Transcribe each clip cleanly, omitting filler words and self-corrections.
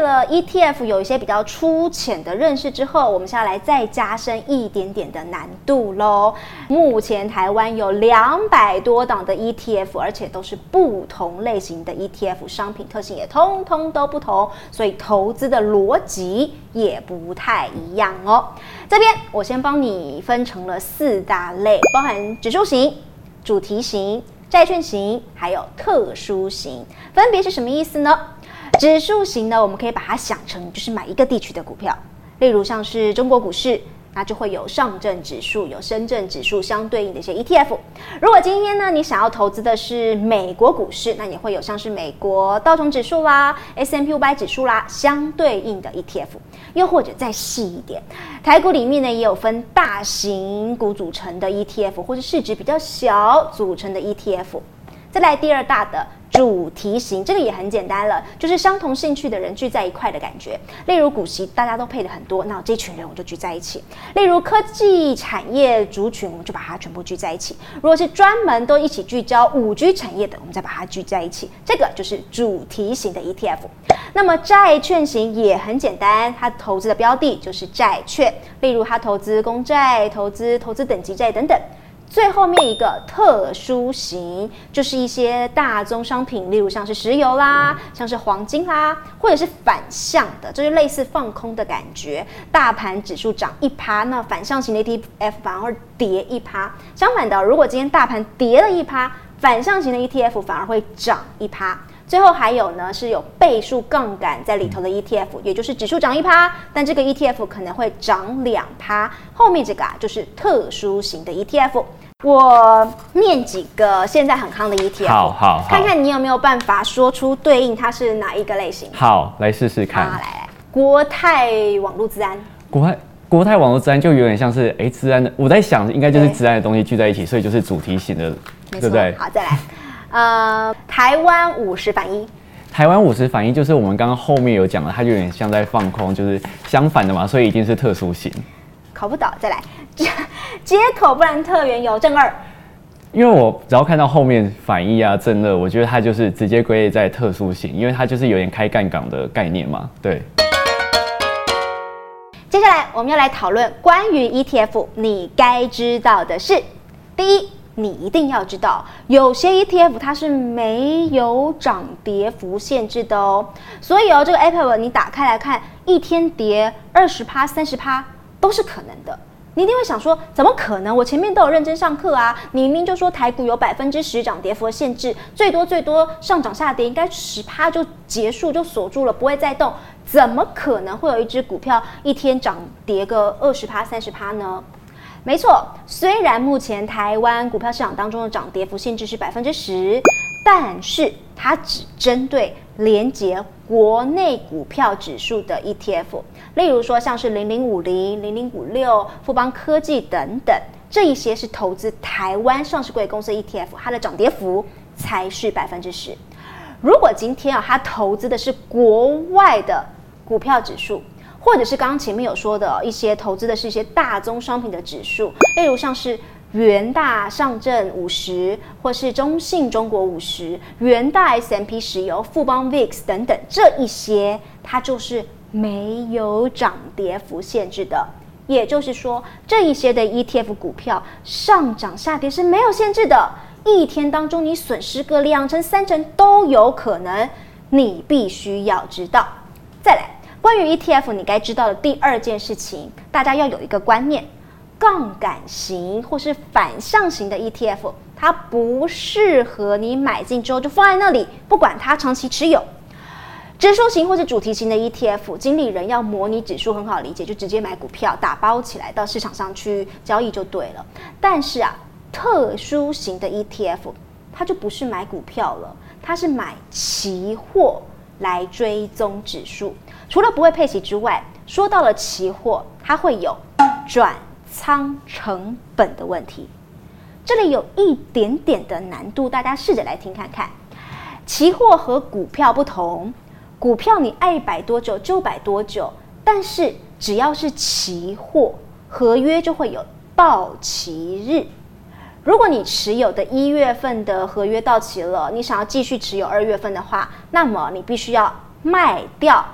了 ETF 有一些比较粗浅的认识之后，我们下来再加深一点点的难度咯。目前台湾有200多档的 ETF， 而且都是不同类型的 ETF， 商品特性也通通都不同，所以投资的逻辑也不太一样哦。这边我先帮你分成了4大类，包含指数型、主题型、债券型，还有特殊型，分别是什么意思呢？指数型呢，我们可以把它想成就是买一个地区的股票，例如像是中国股市，那就会有上证指数、有深圳指数相对应的一些 ETF。如果今天呢，你想要投资的是美国股市，那也会有像是美国道琼指数啦、S&P 500指数啦相对应的 ETF。又或者再细一点，台股里面呢也有分大型股组成的 ETF， 或是市值比较小组成的 ETF。再来第2大的主题型，这个也很简单了，就是相同兴趣的人聚在一块的感觉。例如股息大家都配的很多，那这群人我就聚在一起。例如科技产业族群，我们就把它全部聚在一起。如果是专门都一起聚焦 5G 产业的，我们再把它聚在一起。这个就是主题型的 ETF。那么债券型也很简单，它投资的标的就是债券，例如它投资公债、投资等级债等等。最后面一个特殊型，就是一些大宗商品，例如像是石油啦，像是黄金啦，或者是反向的，这就类似放空的感觉。大盘指数涨1%，那反向型的 ETF 反而会跌1%。相反的，如果今天大盘跌了1%，反向型的 ETF 反而会涨1%。最后还有呢，是有倍数杠杆在里头的 ETF， 也就是指数涨1%，但这个 ETF 可能会涨2%。后面这个就是特殊型的 ETF。我念几个现在很夯的 ETF， 好，看看你有没有办法说出对应它是哪一个类型。 好，来试试看。 来，国泰网络资安。 国泰网络资安就有点像是资安的，我在想应该就是资安的东西聚在一起，所以就是主题型的，对不对？ 好，再来，台湾50反一。 台湾50反一就是我们刚刚后面有讲的，它就有点像在放空，就是相反的嘛，所以一定是特殊型。 考不倒，再来，街口不然特原油正2。 因为我只要看到后面反一啊、正2，我觉得它就是直接归类在特殊型，因为它就是有点开杠杆的概念嘛。对。 接下来我们要来讨论关于 ETF 你该知道的事。第一，你一定要知道，有些 ETF 它是没有涨跌幅限制的哦。所以这个 Apple 你打开来看，一天跌20%、30%都是可能的。你一定会想说，怎么可能？我前面都有认真上课啊！你明明就说台股有10%涨跌幅的限制，最多上涨下跌应该10%就结束就锁住了，不会再动。怎么可能会有一只股票一天涨跌个20%、30%呢？没错，虽然目前台湾股票市场当中的涨跌幅限制是10%，但是它只针对连结国内股票指数的 ETF， 例如说像是0050、0056、富邦科技等等，这一些是投资台湾上市柜公司 ETF， 它的涨跌幅才是10%。如果今天它投资的是国外的股票指数，或者是刚刚前面有说的一些投资的是一些大宗商品的指数，例如像是元大上证50，或是中信中国50、元大 S&P 石油、富邦 VIX 等等，这一些它就是没有涨跌幅限制的。也就是说，这一些的 ETF 股票上涨下跌是没有限制的，一天当中你损失个2成3成都有可能，你必须要知道。再来，关于 ETF 你该知道的第2件事情，大家要有一个观念，杠杆型或是反向型的 ETF， 它不适合你买进之后就放在那里，不管它长期持有。指数型或是主题型的 ETF， 经理人要模拟指数很好理解，就直接买股票打包起来到市场上去交易就对了。但是特殊型的 ETF， 它就不是买股票了，它是买期货来追踪指数。除了不会配息之外，说到了期货，它会有转仓成本的问题。这里有一点点的难度，大家试着来听看看。期货和股票不同，股票你爱摆多久就摆多久，但是只要是期货，合约就会有到期日。如果你持有的1月份的合约到期了，你想要继续持有2月份的话，那么你必须要卖掉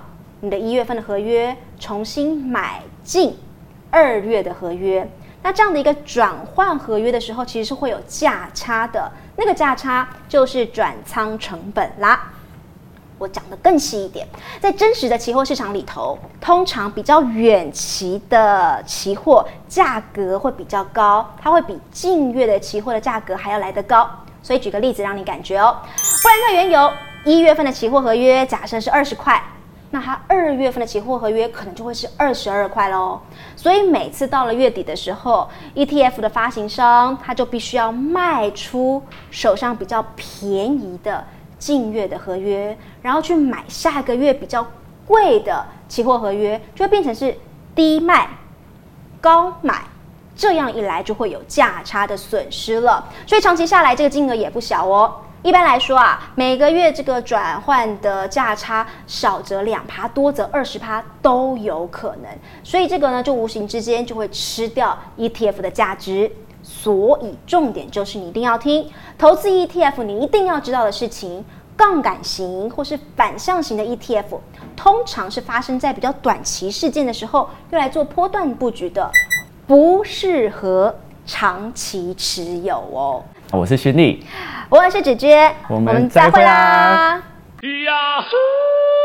你的1月份的合约重新买进2月的合约。那这样的一个转换合约的时候，其实是会有价差的，那个价差就是转仓成本啦。我讲得更细一点，在真实的期货市场里头，通常比较远期的期货价格会比较高，它会比近月的期货的价格还要来得高。所以举个例子让你感觉哦，布兰特原油1月份的期货合约假设是20块，那它2月份的期货合约可能就会是22块咯。所以每次到了月底的时候 ，ETF 的发行商他就必须要卖出手上比较便宜的近月的合约，然后去买下个月比较贵的期货合约，就会变成是低卖高买，这样一来就会有价差的损失了。所以长期下来，这个金额也不小哦。一般来说啊，每个月这个转换的价差少则2%，多则20%都有可能。所以这个呢，就无形之间就会吃掉 ETF 的价值。所以重点就是你一定要听，投资 ETF 你一定要知道的事情，杠杆型或是反向型的 ETF， 通常是发生在比较短期事件的时候，用来做波段布局的，不适合长期持有哦。 我是勋利， 我是芷娟， 我们再会啦。 呀呼